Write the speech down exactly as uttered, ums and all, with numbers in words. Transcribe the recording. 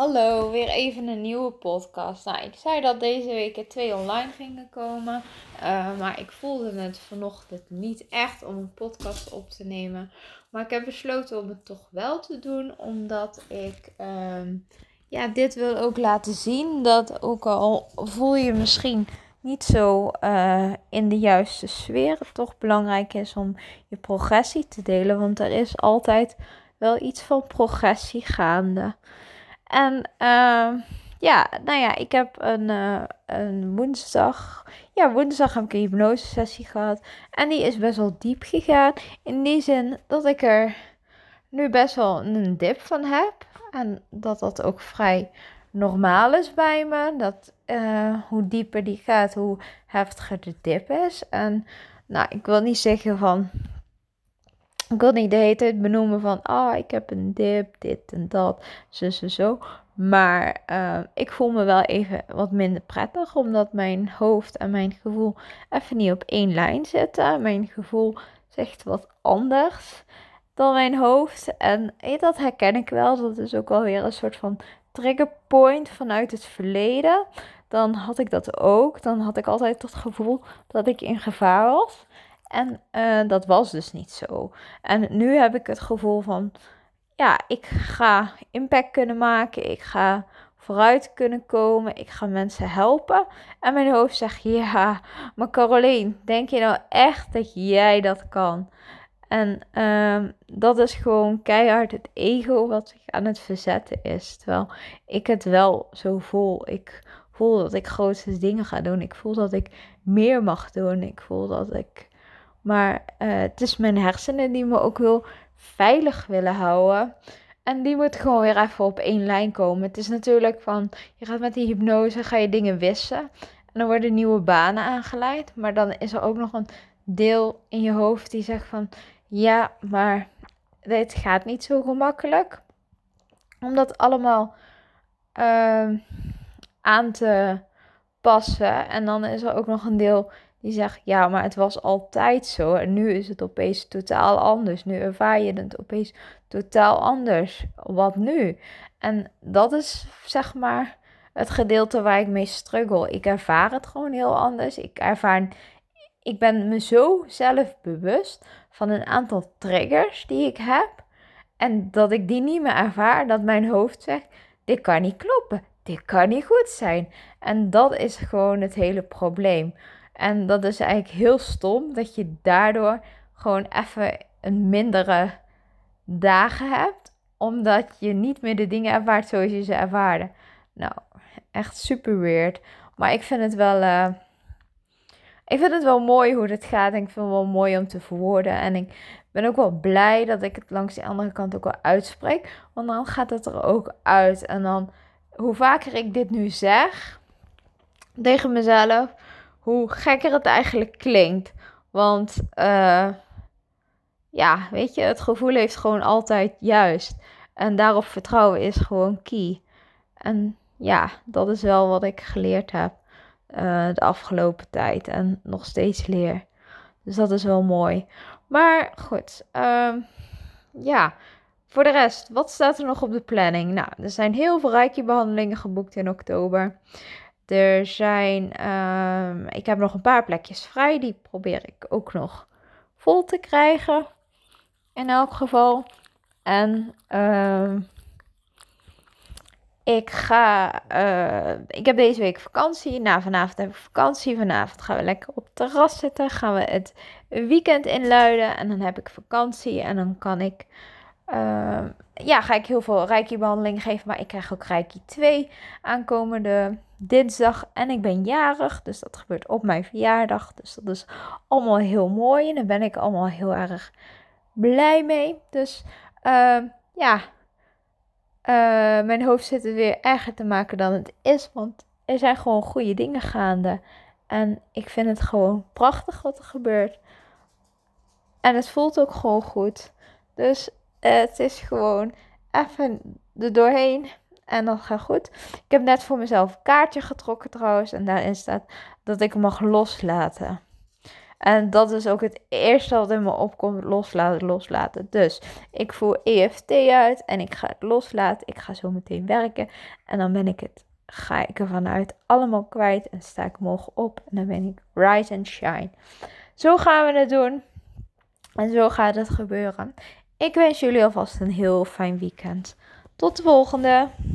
Hallo, weer even een nieuwe podcast. Nou, ik zei dat deze week er twee online gingen komen. Uh, maar ik voelde het vanochtend niet echt om een podcast op te nemen. Maar ik heb besloten om het toch wel te doen. Omdat ik uh, ja, dit wil ook laten zien. Dat ook al voel je misschien niet zo uh, in de juiste sfeer, het toch belangrijk is om je progressie te delen. Want er is altijd wel iets van progressie gaande. En uh, ja, nou ja, ik heb een, uh, een woensdag, ja, woensdag heb ik een hypnose sessie gehad. En die is best wel diep gegaan. In die zin dat ik er nu best wel een dip van heb. En dat dat ook vrij normaal is bij me. Dat uh, hoe dieper die gaat, hoe heftiger de dip is. En nou, ik wil niet zeggen van... Ik wil niet de hele tijd benoemen van, ah, oh, ik heb een dip, dit en dat, zo, zo, zo. Maar uh, ik voel me wel even wat minder prettig, omdat mijn hoofd en mijn gevoel even niet op één lijn zitten. Mijn gevoel zegt wat anders dan mijn hoofd. En hey, dat herken ik wel. Dat is ook wel weer een soort van triggerpoint vanuit het verleden. Dan had ik dat ook. Dan had ik altijd het gevoel dat ik in gevaar was. En uh, dat was dus niet zo. En nu heb ik het gevoel van, ja, ik ga impact kunnen maken. Ik ga vooruit kunnen komen. Ik ga mensen helpen. En mijn hoofd zegt, ja, maar Caroline, denk je nou echt dat jij dat kan? En uh, dat is gewoon keihard het ego wat zich aan het verzetten is. Terwijl ik het wel zo voel. Ik voel dat ik grootste dingen ga doen. Ik voel dat ik meer mag doen. Ik voel dat ik... Maar uh, het is mijn hersenen die me ook wil veilig willen houden. En die moet gewoon weer even op één lijn komen. Het is natuurlijk van, je gaat met die hypnose, ga je dingen wissen. En dan worden nieuwe banen aangeleid. Maar dan is er ook nog een deel in je hoofd die zegt van, ja, maar dit gaat niet zo gemakkelijk. Om dat allemaal uh, aan te passen. En dan is er ook nog een deel die zegt, ja, maar het was altijd zo. En nu is het opeens totaal anders. Nu ervaar je het opeens totaal anders. Wat nu? En dat is, zeg maar, het gedeelte waar ik mee struggle. Ik ervaar het gewoon heel anders. Ik ervaar... Ik ben me zo zelf bewust van een aantal triggers die ik heb. En dat ik die niet meer ervaar. Dat mijn hoofd zegt, dit kan niet kloppen. Dit kan niet goed zijn. En dat is gewoon het hele probleem. En dat is eigenlijk heel stom. Dat je daardoor gewoon even een mindere dagen hebt. Omdat je niet meer de dingen ervaart zoals je ze ervaarde. Nou, echt super weird. Maar ik vind het wel... Uh, Ik vind het wel mooi hoe dit gaat. En ik vind het wel mooi om te verwoorden. En ik ben ook wel blij dat ik het langs de andere kant ook wel uitspreek. Want dan gaat het er ook uit. En dan, hoe vaker ik dit nu zeg tegen mezelf, hoe gekker het eigenlijk klinkt. Want, uh, ja, weet je, het gevoel heeft gewoon altijd juist. En daarop vertrouwen is gewoon key. En ja, dat is wel wat ik geleerd heb. Uh, de afgelopen tijd en nog steeds leer. Dus dat is wel mooi. Maar goed, uh, ja, voor de rest, wat staat er nog op de planning? Nou, er zijn heel veel Reiki-behandelingen geboekt in oktober. Er zijn, uh, ik heb nog een paar plekjes vrij, die probeer ik ook nog vol te krijgen. In elk geval. En... Uh, Ik ga, uh, ik heb deze week vakantie. Nou, vanavond heb ik vakantie. Vanavond gaan we lekker op het terras zitten. Gaan we het weekend inluiden. En dan heb ik vakantie. En dan kan ik, uh, ja, ga ik heel veel Reiki-behandeling geven. Maar ik krijg ook Reiki twee aankomende dinsdag. En ik ben jarig. Dus dat gebeurt op mijn verjaardag. Dus dat is allemaal heel mooi. En daar ben ik allemaal heel erg blij mee. Dus, uh, ja... Uh, mijn hoofd zit er weer erger te maken dan het is. Want er zijn gewoon goede dingen gaande. En ik vind het gewoon prachtig wat er gebeurt. En het voelt ook gewoon goed. Dus uh, het is gewoon even er doorheen. En dat gaat goed. Ik heb net voor mezelf een kaartje getrokken trouwens. En daarin staat dat ik mag loslaten. En dat is ook het eerste wat in me opkomt. Loslaten, loslaten. Dus ik voer E F T uit en ik ga het loslaten. Ik ga zo meteen werken. En dan ben ik het, ga ik ervan uit, allemaal kwijt. En sta ik morgen op. En dan ben ik rise and shine. Zo gaan we het doen. En zo gaat het gebeuren. Ik wens jullie alvast een heel fijn weekend. Tot de volgende.